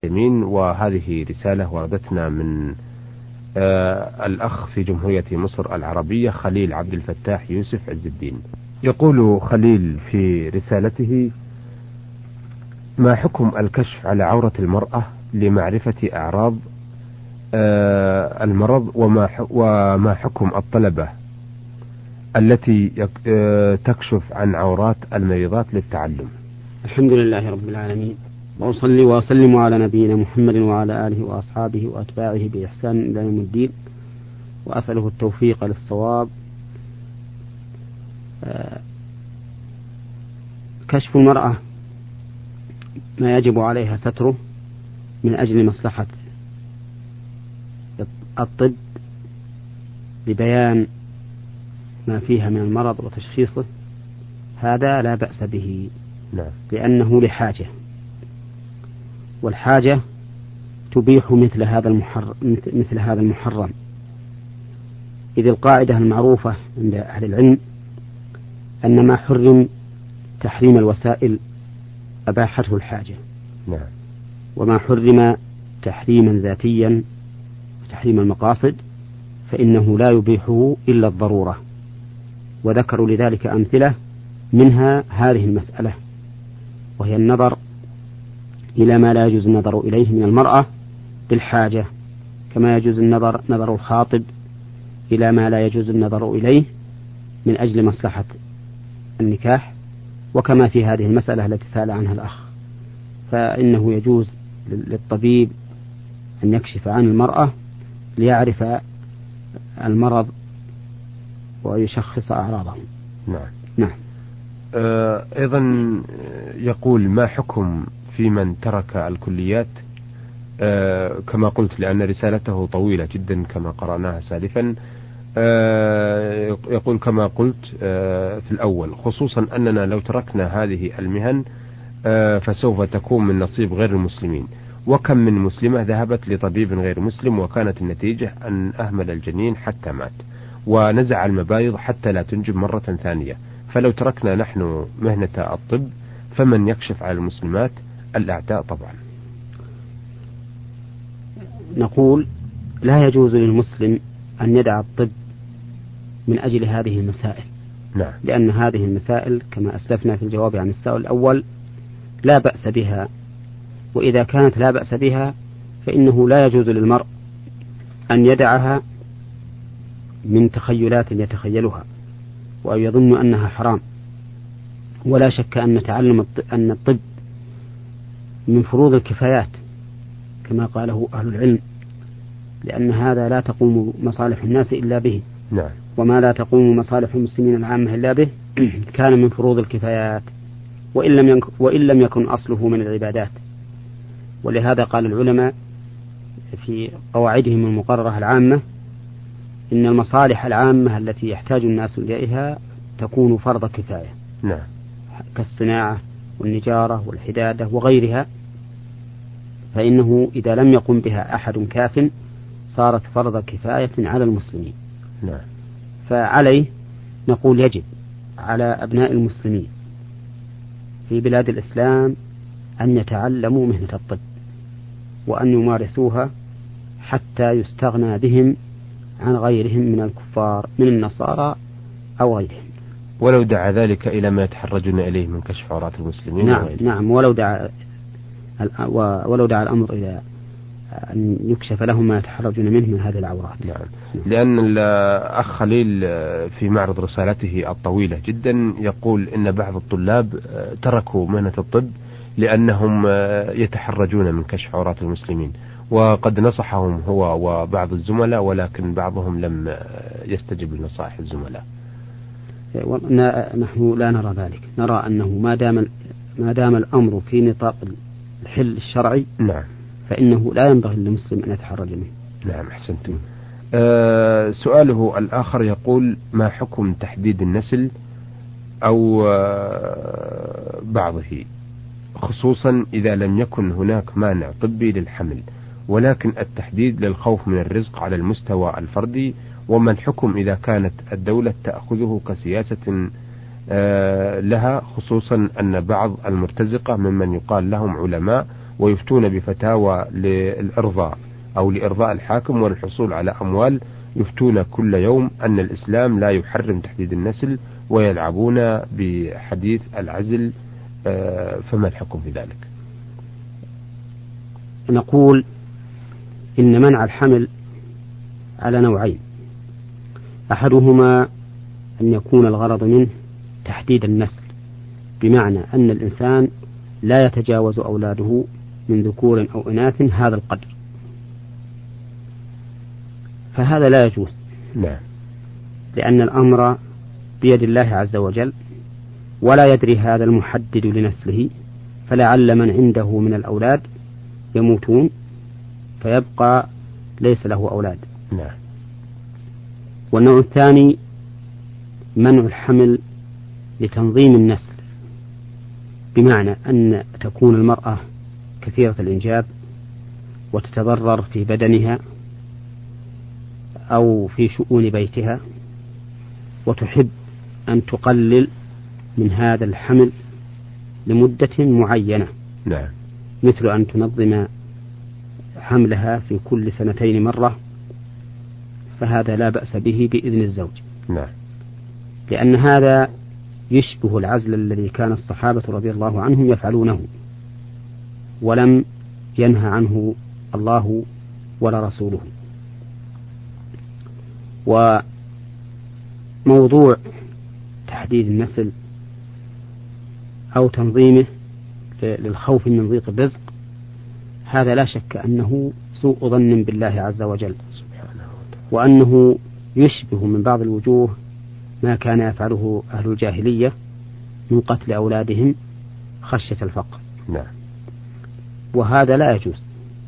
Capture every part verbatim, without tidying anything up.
يمين. وهذه رسالة وردتنا من آه الأخ في جمهورية مصر العربية خليل عبد الفتاح يوسف عز الدين. يقول خليل في رسالته: ما حكم الكشف على عورة المرأة لمعرفة أعراض آه المرض، وما وما حكم الطلبة التي آه تكشف عن عورات المريضات للتعلم؟ الحمد لله رب العالمين، وأصلي وأسلم على نبينا محمد وعلى آله وأصحابه وأتباعه بإحسان إلى يوم الدين، وأسأله التوفيق للصواب. كشف المرأة ما يجب عليها ستره من أجل مصلحة الطب لبيان ما فيها من المرض وتشخيصه، هذا لا بأس به. نعم. لأنه لحاجة، والحاجة تبيح مثل هذا المحرم مثل هذا المحرم إذ القاعدة المعروفة عند أهل العلم أن ما حرم تحريم الوسائل أباحته الحاجة. نعم. وما حرم تحريما ذاتيا وتحريم المقاصد فإنه لا يبيحه إلا الضرورة، وذكروا لذلك أمثلة، منها هذه المسألة، وهي النظر إلى ما لا يجوز النظر إليه من المرأة بالحاجة، كما يجوز النظر نظر الخاطب إلى ما لا يجوز النظر إليه من أجل مصلحة النكاح، وكما في هذه المسألة التي سأل عنها الأخ، فإنه يجوز للطبيب أن يكشف عن المرأة ليعرف المرض ويشخص أعراضه. نعم. نعم. آه أيضا يقول: ما حكم في من ترك الكليات؟ آه كما قلت، لأن رسالته طويلة جدا كما قرأناها سالفا. آه يقول كما قلت آه في الأول، خصوصا أننا لو تركنا هذه المهن آه فسوف تكون من نصيب غير المسلمين، وكم من مسلمة ذهبت لطبيب غير مسلم وكانت النتيجة أن أهمل الجنين حتى مات، ونزع المبايض حتى لا تنجب مرة ثانية. فلو تركنا نحن مهنة الطب فمن يكشف على المسلمات؟ الأعداء طبعا. نقول: لا يجوز للمسلم أن يدع الطب من أجل هذه المسائل. نعم. لأن هذه المسائل كما أسلفنا في الجواب عن السؤال الأول لا بأس بها، وإذا كانت لا بأس بها فإنه لا يجوز للمرء أن يدعها من تخيلات يتخيلها وأن يظن أنها حرام. ولا شك أن تعلم أن الطب من فروض الكفايات كما قاله أهل العلم، لأن هذا لا تقوم مصالح الناس إلا به. نعم. وما لا تقوم مصالح المسلمين العامة إلا به كان من فروض الكفايات، وإن لم يكن, وإن لم يكن أصله من العبادات. ولهذا قال العلماء في قواعدهم المقررة العامة: إن المصالح العامة التي يحتاج الناس إليها تكون فرض كفاية. نعم. كالصناعة والنجارة والحدادة وغيرها، فإنه إذا لم يقم بها أحد كاف صارت فرض كفاية على المسلمين. نعم. فعليه نقول: يجب على أبناء المسلمين في بلاد الإسلام أن يتعلموا مهنة الطب وأن يمارسوها حتى يستغنى بهم عن غيرهم من الكفار من النصارى أو غيرهم، ولو دعا ذلك إلى ما يتحرجون إليه من كشف عورات المسلمين. نعم. نعم. ولو دعا ولو دعا الأمر إلى أن يكشف لهم ما يتحرجون منه من هذه العورات. نعم. لأن الأخ خليل في معرض رسالته الطويلة جدا يقول إن بعض الطلاب تركوا مهنة الطب لأنهم يتحرجون من كشف عورات المسلمين، وقد نصحهم هو وبعض الزملاء، ولكن بعضهم لم يستجب لنصائح الزملاء. نحن لا نرى ذلك، نرى أنه ما دام ما دام الأمر في نطاق الحل الشرعي، نعم، فإنه لا ينبغي للمسلم أن يتحرج منه. نعم، أحسنتم. أه سؤاله الآخر يقول: ما حكم تحديد النسل أو أه بعضه، خصوصا إذا لم يكن هناك مانع طبي للحمل، ولكن التحديد للخوف من الرزق على المستوى الفردي، وما الحكم إذا كانت الدولة تأخذه كسياسة أه لها، خصوصا أن بعض المرتزقة ممن يقال لهم علماء ويفتون بفتاوى للإرضاء أو لإرضاء الحاكم والحصول على أموال، يفتون كل يوم أن الإسلام لا يحرم تحديد النسل، ويلعبون بحديث العزل. فما الحكم في ذلك؟ نقول إن منع الحمل على نوعين: أحدهما أن يكون الغرض منه تحديد النسل، بمعنى أن الإنسان لا يتجاوز أولاده من ذكور أو إناث هذا القدر، فهذا لا يجوز. نعم. لأن الأمر بيد الله عز وجل، ولا يدري هذا المحدد لنسله، فلعل من عنده من الأولاد يموتون فيبقى ليس له أولاد. نعم. والنوع الثاني منع الحمل لتنظيم النسل، بمعنى أن تكون المرأة كثيرة الإنجاب وتتضرر في بدنها أو في شؤون بيتها، وتحب أن تقلل من هذا الحمل لمدة معينة. نعم. مثل أن تنظم حملها في كل سنتين مرة، فهذا لا بأس به بإذن الزوج. نعم. لأن هذا يشبه العزل الذي كان الصحابة رضي الله عنهم يفعلونه، ولم ينهى عنه الله ولا رسوله. وموضوع تحديد النسل أو تنظيمه للخوف من ضيق الرزق، هذا لا شك أنه سوء ظن بالله عز وجل، وأنه يشبه من بعض الوجوه ما كان يفعله أهل الجاهلية من قتل أولادهم خشية الفقر. نعم. وهذا لا يجوز،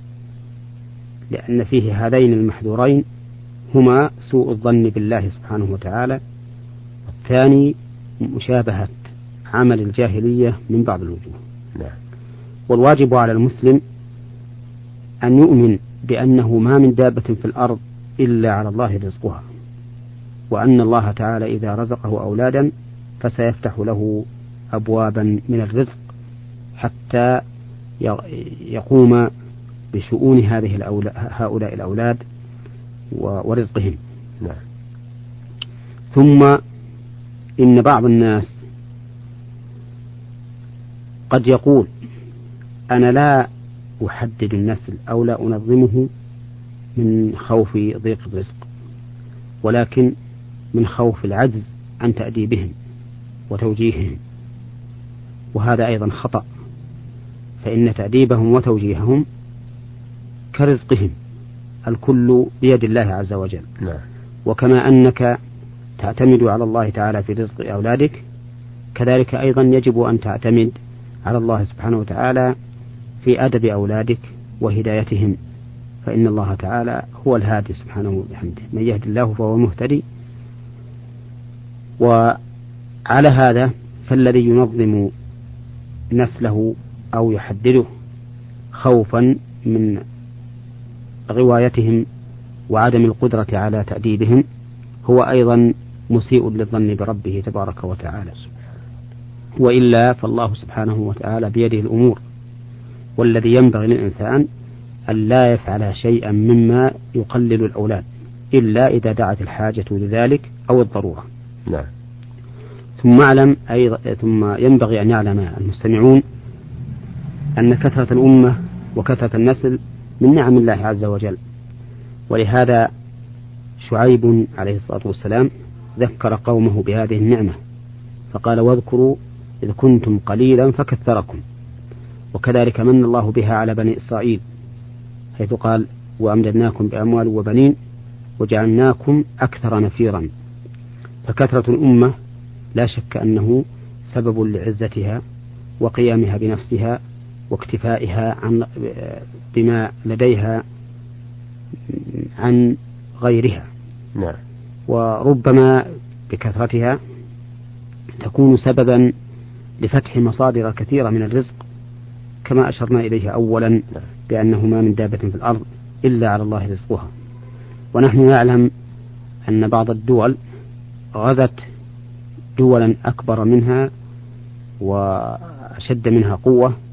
لأن فيه هذين المحذورين هما سوء الظن بالله سبحانه وتعالى، والثاني مشابهة عمل الجاهلية من بعض الوجوه. نعم. والواجب على المسلم أن يؤمن بأنه ما من دابة في الأرض إلا على الله رزقها، وأن الله تعالى إذا رزقه أولادا فسيفتح له أبوابا من الرزق حتى يقوم بشؤون هذه هؤلاء الأولاد ورزقهم. نعم. ثم إن بعض الناس قد يقول: أنا لا أحدد النسل أو لا أنظمه من خوف ضيق الرزق، ولكن من خوف العجز عن تأديبهم وتوجيههم، وهذا أيضا خطأ، فإن تأديبهم وتوجيههم كرزقهم، الكل بيد الله عز وجل. نعم. وكما أنك تعتمد على الله تعالى في رزق أولادك، كذلك أيضا يجب أن تعتمد على الله سبحانه وتعالى في أدب أولادك وهدايتهم، فإن الله تعالى هو الهادي سبحانه وبحمده، من يهد الله فهو مهتدي. وعلى هذا فالذي ينظم نسله أو يحدده خوفا من غوايتهم وعدم القدرة على تأديبهم هو أيضا مسيء للظن بربه تبارك وتعالى، وإلا فالله سبحانه وتعالى بيده الأمور، والذي ينبغي للإنسان أن لا يفعل شيئا مما يقلل الأولاد إلا إذا دعت الحاجة لذلك أو الضرورة. نعم. ثم أعلم أيضا ثم ينبغي أن يعلم المستمعون أن كثرة الأمة وكثرة النسل من نعم الله عز وجل، ولهذا شعيب عليه الصلاة والسلام ذكر قومه بهذه النعمة فقال: واذكروا إذ كنتم قليلا فكثركم. وكذلك من الله بها على بني إسرائيل، حيث قال: وأمددناكم بأموال وبنين وجعلناكم أكثر نفيرا. فكثرة الأمة لا شك أنه سبب لعزتها وقيامها بنفسها واكتفائها عن بما لديها عن غيرها. نعم. وربما بكثرتها تكون سببا لفتح مصادر كثيرة من الرزق، كما أشرنا إليه أولا بأنه ما من دابة في الأرض إلا على الله رزقها. ونحن نعلم أن بعض الدول غزت دولا أكبر منها وأشد منها قوة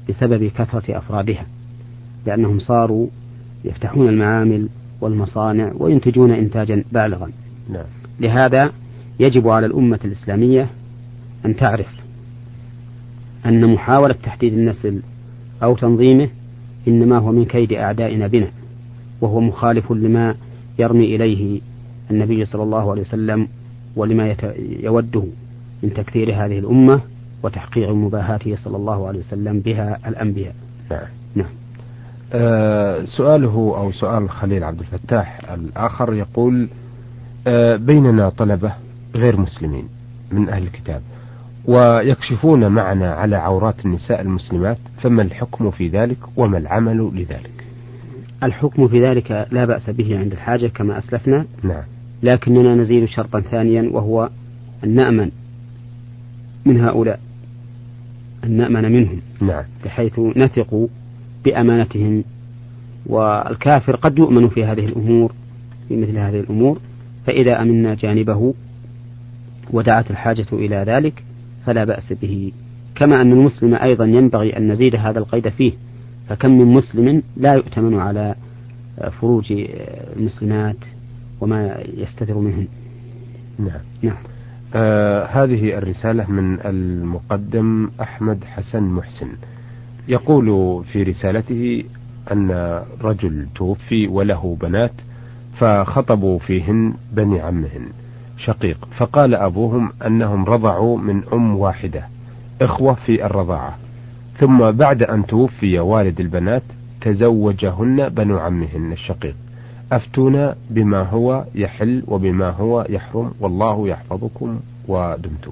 بسبب كثرة أفرادها، لأنهم صاروا يفتحون المعامل والمصانع وينتجون إنتاجا بالغا. نعم. لهذا يجب على الأمة الإسلامية أن تعرف أن محاولة تحديد النسل أو تنظيمه إنما هو من كيد أعدائنا بنا، وهو مخالف لما يرمي إليه النبي صلى الله عليه وسلم ولما يوده من تكثير هذه الأمة وتحقيق مباهاته صلى الله عليه وسلم بها الأنبياء. نعم. نعم. آه سؤاله أو سؤال خليل عبد الفتاح الآخر يقول: آه بيننا طلبة غير مسلمين من أهل الكتاب ويكشفون معنا على عورات النساء المسلمات، فما الحكم في ذلك وما العمل لذلك؟ الحكم في ذلك لا بأس به عند الحاجة كما أسلفنا. نعم. لكننا نزيد شرطا ثانيا، وهو أن نأمن من هؤلاء، أن نأمن منهم. نعم. بحيث نثق بأمانتهم، والكافر قد يؤمن في هذه الأمور في مثل هذه الأمور، فإذا أمنا جانبه ودعت الحاجة إلى ذلك فلا بأس به. كما أن المسلم أيضا ينبغي أن نزيد هذا القيد فيه، فكم من مسلم لا يؤتمن على فروج المسلمات وما يستتر منهم. نعم. نعم. آه هذه الرسالة من المقدم أحمد حسن محسن، يقول في رسالته أن رجل توفي وله بنات فخطبوا فيهن بني عمهن شقيق، فقال أبوهم أنهم رضعوا من أم واحدة إخوة في الرضاعة، ثم بعد أن توفي والد البنات تزوجهن بنو عمهن الشقيق، أفتونا بما هو يحل وبما هو يحرم، والله يحفظكم ودمتم.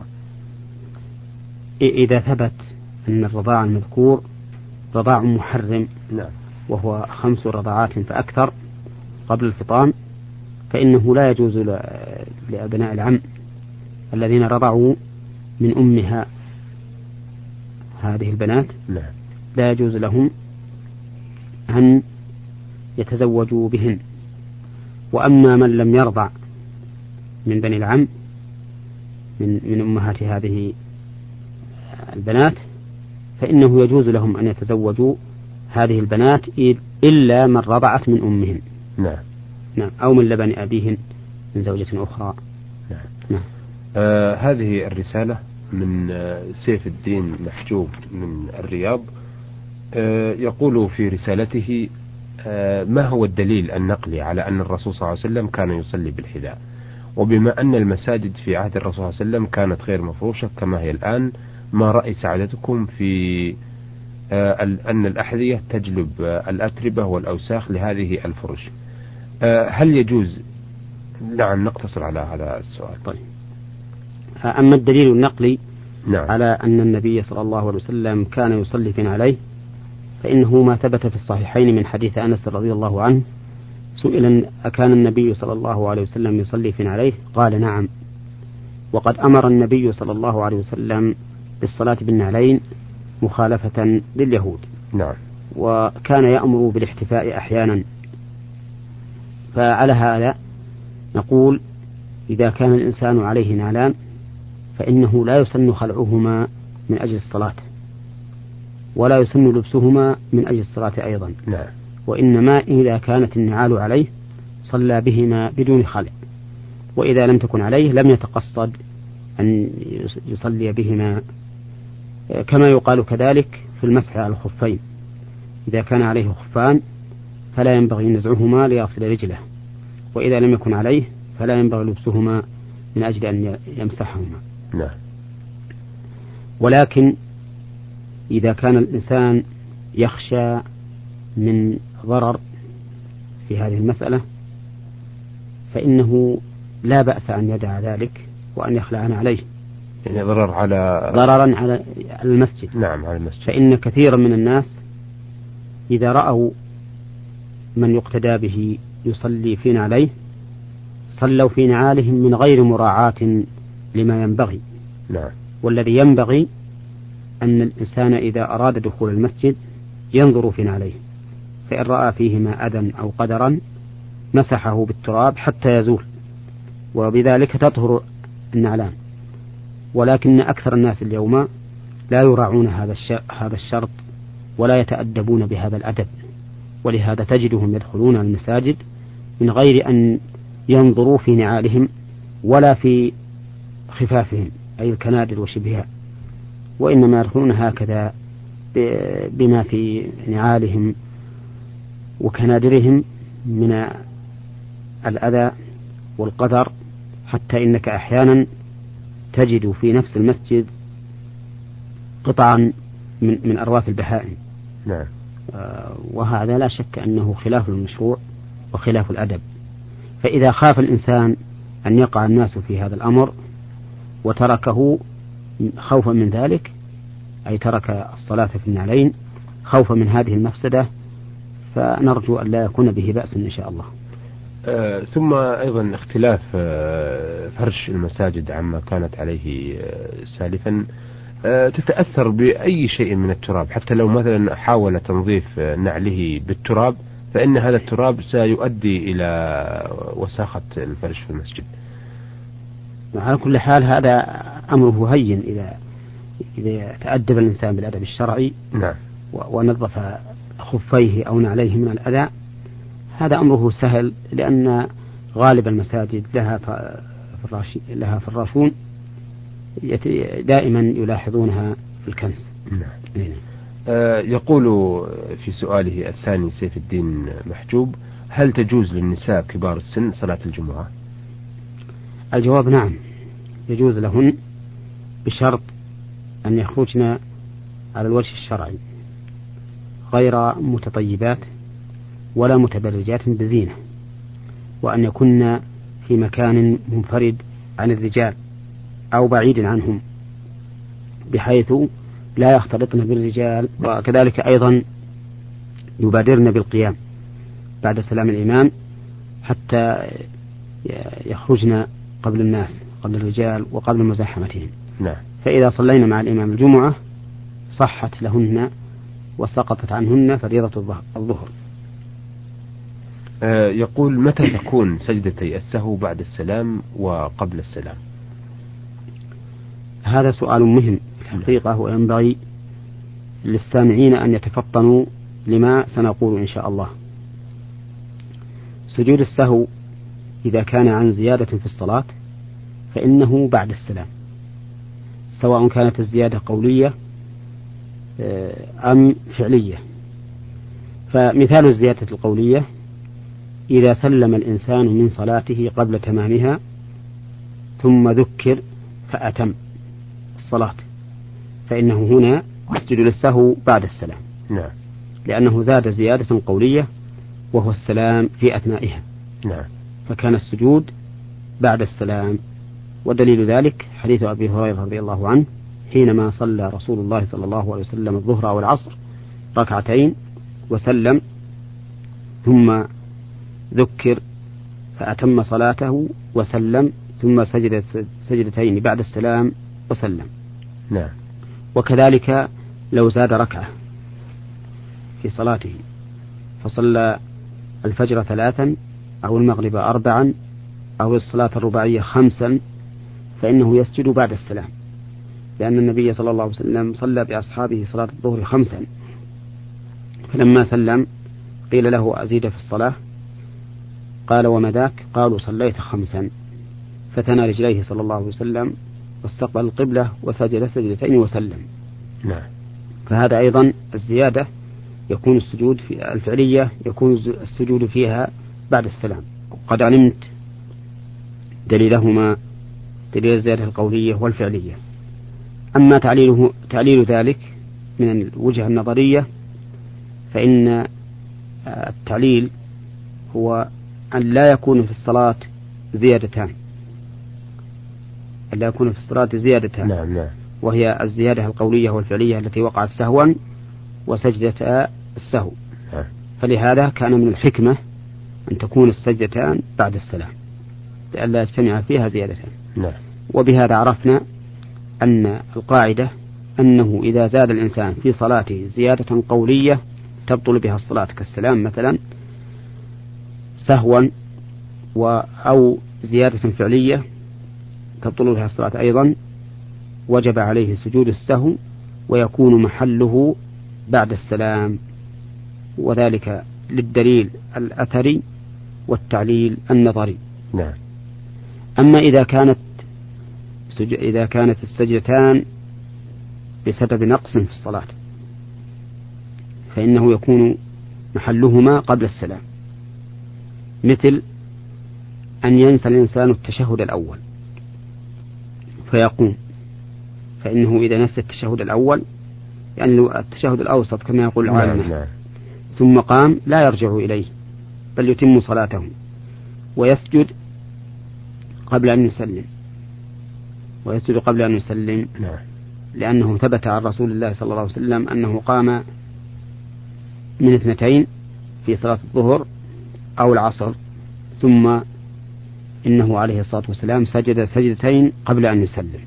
إذا ثبت أن الرضاع المذكور رضاع محرم، نعم، وهو خمس رضاعات فأكثر قبل الفطام، فإنه لا يجوز لأبناء العم الذين رضعوا من أمها هذه البنات، نعم، لا يجوز لهم أن يتزوجوا بهن. وأما من لم يرضع من بني العم من من أمهات هذه البنات فإنه يجوز لهم أن يتزوجوا هذه البنات إلا من رضعت من أمهن. نعم. نعم. أو من لبن أبيهن من زوجة أخرى. نعم. نعم. آه هذه الرسالة من آه سيف الدين محجوب من الرياض، آه يقول في رسالته: آه ما هو الدليل النقلي على أن الرسول صلى الله عليه وسلم كان يصلي بالحذاء؟ وبما أن المساجد في عهد الرسول صلى الله عليه وسلم كانت غير مفروشة كما هي الآن، ما رأي سعادتكم في آه أن الأحذية تجلب آه الأتربة والأوساخ لهذه الفرش؟ آه هل يجوز؟ نعم، نقتصر على هذا السؤال. طيب. أما الدليل النقلي نعم. على أن النبي صلى الله عليه وسلم كان يصلي في عليه، فإنه ما ثبت في الصحيحين من حديث أنس رضي الله عنه، سئل: أكان النبي صلى الله عليه وسلم يصلي في عليه؟ قال: نعم. وقد أمر النبي صلى الله عليه وسلم بالصلاة بالنعلين مخالفة لليهود. نعم. وكان يأمر بالاحتفاء أحيانا. فعلى هذا نقول: إذا كان الإنسان عليه نعلان فإنه لا يسن خلعهما من أجل الصلاة، ولا يسن لبسهما من أجل الصلاة أيضا. نعم. وإنما إذا كانت النعال عليه صلى بهما بدون خلع، وإذا لم تكن عليه لم يتقصد أن يصلي بهما. كما يقال كذلك في المسح على الخفين، إذا كان عليه خفان فلا ينبغي نزعهما ليصل رجله، وإذا لم يكن عليه فلا ينبغي لبسهما من أجل أن يمسحهما. نعم. ولكن إذا كان الإنسان يخشى من ضرر في هذه المسألة فإنه لا بأس أن يدع ذلك وأن يخلعن عليه، يعني ضرر على ضررا على المسجد. نعم، على المسجد. فإن كثيرا من الناس إذا رأوا من يقتدى به يصلي في نعليه صلوا في نعالهم من غير مراعاة لما ينبغي. نعم. والذي ينبغي أن الإنسان إذا أراد دخول المسجد ينظر في نعليه، فإن رأى فيهما أذى أو قدرا مسحه بالتراب حتى يزول، وبذلك تطهر النعلان. ولكن أكثر الناس اليوم لا يراعون هذا هذا الشرط ولا يتأدبون بهذا الأدب، ولهذا تجدهم يدخلون المساجد من غير أن ينظروا في نعالهم ولا في خفافهم أي الكنادر وشبهها، وإنما يدخلون هكذا بما في نعالهم وكنادرهم من الأذى والقدر، حتى إنك أحيانا تجد في نفس المسجد قطعا من, من أرواث البهائم. نعم. آه وهذا لا شك أنه خلاف المشروع وخلاف الأدب. فإذا خاف الإنسان أن يقع الناس في هذا الأمر وتركه خوفا من ذلك، أي ترك الصلاة في النعلين خوفا من هذه المفسدة، فنرجو أن لا يكون به بأس إن شاء الله. آه ثم أيضا اختلاف آه فرش المساجد عما كانت عليه آه سالفا، آه تتأثر بأي شيء من التراب، حتى لو مثلا حاول تنظيف آه نعله بالتراب فإن هذا التراب سيؤدي إلى وساخة الفرش في المسجد. على كل حال هذا أمره هين إذا إذا تأدب الإنسان بالأدب الشرعي. نعم. ونظف خفيه أو نعليه من الأذى، هذا أمره سهل، لأن غالب المساجد لها فراش لها فراشون دائما يلاحظونها في الكنس. نعم. آه يقول في سؤاله الثاني سيف الدين محجوب: هل تجوز للنساء كبار السن صلاة الجمعة؟ الجواب نعم، يجوز لهن بشرط أن يخرجن على الوجه الشرعي غير متطيبات ولا متبرجات بزينة، وأن يكن في مكان منفرد عن الرجال أو بعيد عنهم بحيث لا يختلطن بالرجال، وكذلك أيضا يبادرن بالقيام بعد سلام الإمام حتى يخرجن قبل الناس قبل الرجال وقبل مزاحمتهم. نعم. فإذا صلينا مع الإمام الجمعة صحت لهن وسقطت عنهن فريضة الظهر. آه يقول: متى تكون سجدتي السهو بعد السلام وقبل السلام؟ هذا سؤال مهم الحقيقة، وينبغي للسامعين أن يتفطنوا لما سنقول إن شاء الله. سجود السهو إذا كان عن زيادة في الصلاة فإنه بعد السلام، سواء كانت الزيادة قولية أم فعلية. فمثال الزيادة القولية: إذا سلم الإنسان من صلاته قبل تمامها ثم ذكر فأتم الصلاة فإنه هنا يسجد للسهو بعد السلام. نعم. لأنه زاد زيادة قولية وهو السلام في أثنائها. نعم. فكان السجود بعد السلام، ودليل ذلك حديث أبي هريرة رضي الله عنه حينما صلى رسول الله صلى الله عليه وسلم الظهر والعصر ركعتين وسلم ثم ذكر فأتم صلاته وسلم ثم سجد سجدتين بعد السلام وسلم. نعم. وكذلك لو زاد ركعة في صلاته فصلى الفجر ثلاثا أو المغرب أربعا أو الصلاة الرباعية خمسا فإنه يسجد بعد السلام، لأن النبي صلى الله عليه وسلم صلى بأصحابه صلاة الظهر خمسا، فلما سلم قيل له: أزيد في الصلاة؟ قال: وما ذاك؟ قالوا: صليت خمسا. فتنى رجليه صلى الله عليه وسلم واستقبل القبلة وسجد سجدتين وسلم. نعم. فهذا أيضا الزيادة يكون السجود في الفعلية يكون السجود فيها بعد السلام. قد علمت دليلهما، دليل الزيادة القولية والفعلية. أما تعليله تعليل ذلك من الوجهة النظرية فإن التعليل هو أن لا يكون في الصلاة زيادتان أن لا يكون في الصلاة زيادتان. نعم. نعم. وهي الزيادة القولية والفعلية التي وقعت سهوا وسجدة السهو. نعم. فلهذا كان من الحكمة أن تكون السجدتان بعد السلام لئلا يجتمع فيها زيادتان. نعم. وبهذا عرفنا أن القاعدة أنه إذا زاد الإنسان في صلاته زيادة قولية تبطل بها الصلاة كالسلام مثلا سهوا، أو زيادة فعلية تبطل بها الصلاة أيضا، وجب عليه سجود السهو ويكون محله بعد السلام، وذلك للدليل الأثري والتعليل النظري. نعم. أما إذا كانت إذا كانت السجدتان بسبب نقص في الصلاة فإنه يكون محلهما قبل السلام، مثل أن ينسى الإنسان التشهد الأول فيقوم، فإنه إذا نسي التشهد الأول يعني التشهد الأوسط كما يقول العالم نعم. ثم قام لا يرجع إليه بل يتم صلاته ويسجد قبل أن يسلم ويسجد قبل أن يسلم نعم. لأنه ثبت عن رسول الله صلى الله عليه وسلم أنه قام من اثنتين في صلاة الظهر أو العصر ثم إنه عليه الصلاة والسلام سجد سجدتين قبل أن يسلم.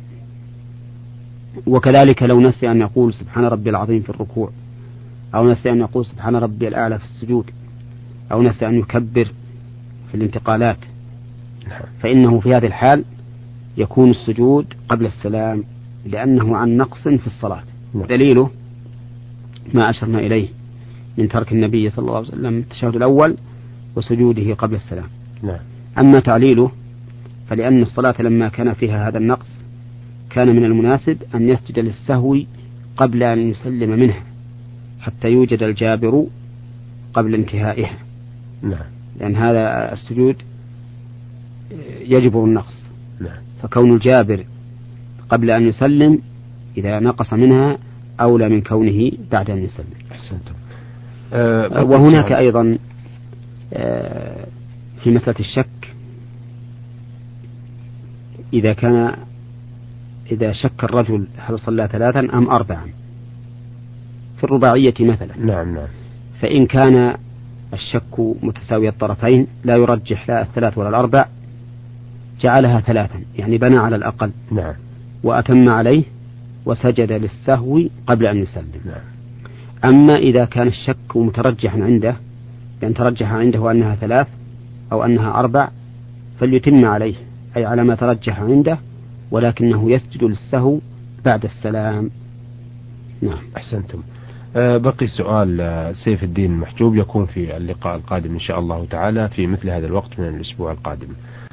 وكذلك لو نسي أن يقول سبحان ربي العظيم في الركوع، أو نسي أن يقول سبحان ربي الأعلى في السجود، أو نسي أن يكبر في الانتقالات، فإنه في هذه الحال يكون السجود قبل السلام لأنه عن نقص في الصلاة. دليله ما أشرنا إليه من ترك النبي صلى الله عليه وسلم التشهد الأول وسجوده قبل السلام. نعم. أما تعليله فلأن الصلاة لما كان فيها هذا النقص كان من المناسب أن يسجد للسهو قبل أن يسلم منها حتى يوجد الجابر قبل انتهائها. نعم. لأن هذا السجود يجبر النقص. نعم. فكون الجابر قبل أن يسلم إذا نقص منها أولى من كونه بعد أن يسلم. أحسنتم. أه وهناك أيضا أه في مسألة الشك إذا كان إذا شك الرجل هل صلى ثلاثا أم أربعا في الرباعية مثلا. نعم. نعم. فإن كان الشك متساوي الطرفين لا يرجح لا الثلاث ولا الأربع جعلها ثلاثا يعني بنى على الأقل. نعم. وأتم عليه وسجد للسهو قبل أن يسلم. نعم. أما إذا كان الشك مترجحا عنده لأن ترجح عنده أنها ثلاث أو أنها أربع فليتم عليه أي على ما ترجح عنده ولكنه يسجد للسهو بعد السلام. نعم. أحسنتم. أه بقي سؤال سيف الدين المحجوب يكون في اللقاء القادم إن شاء الله تعالى في مثل هذا الوقت من الأسبوع القادم.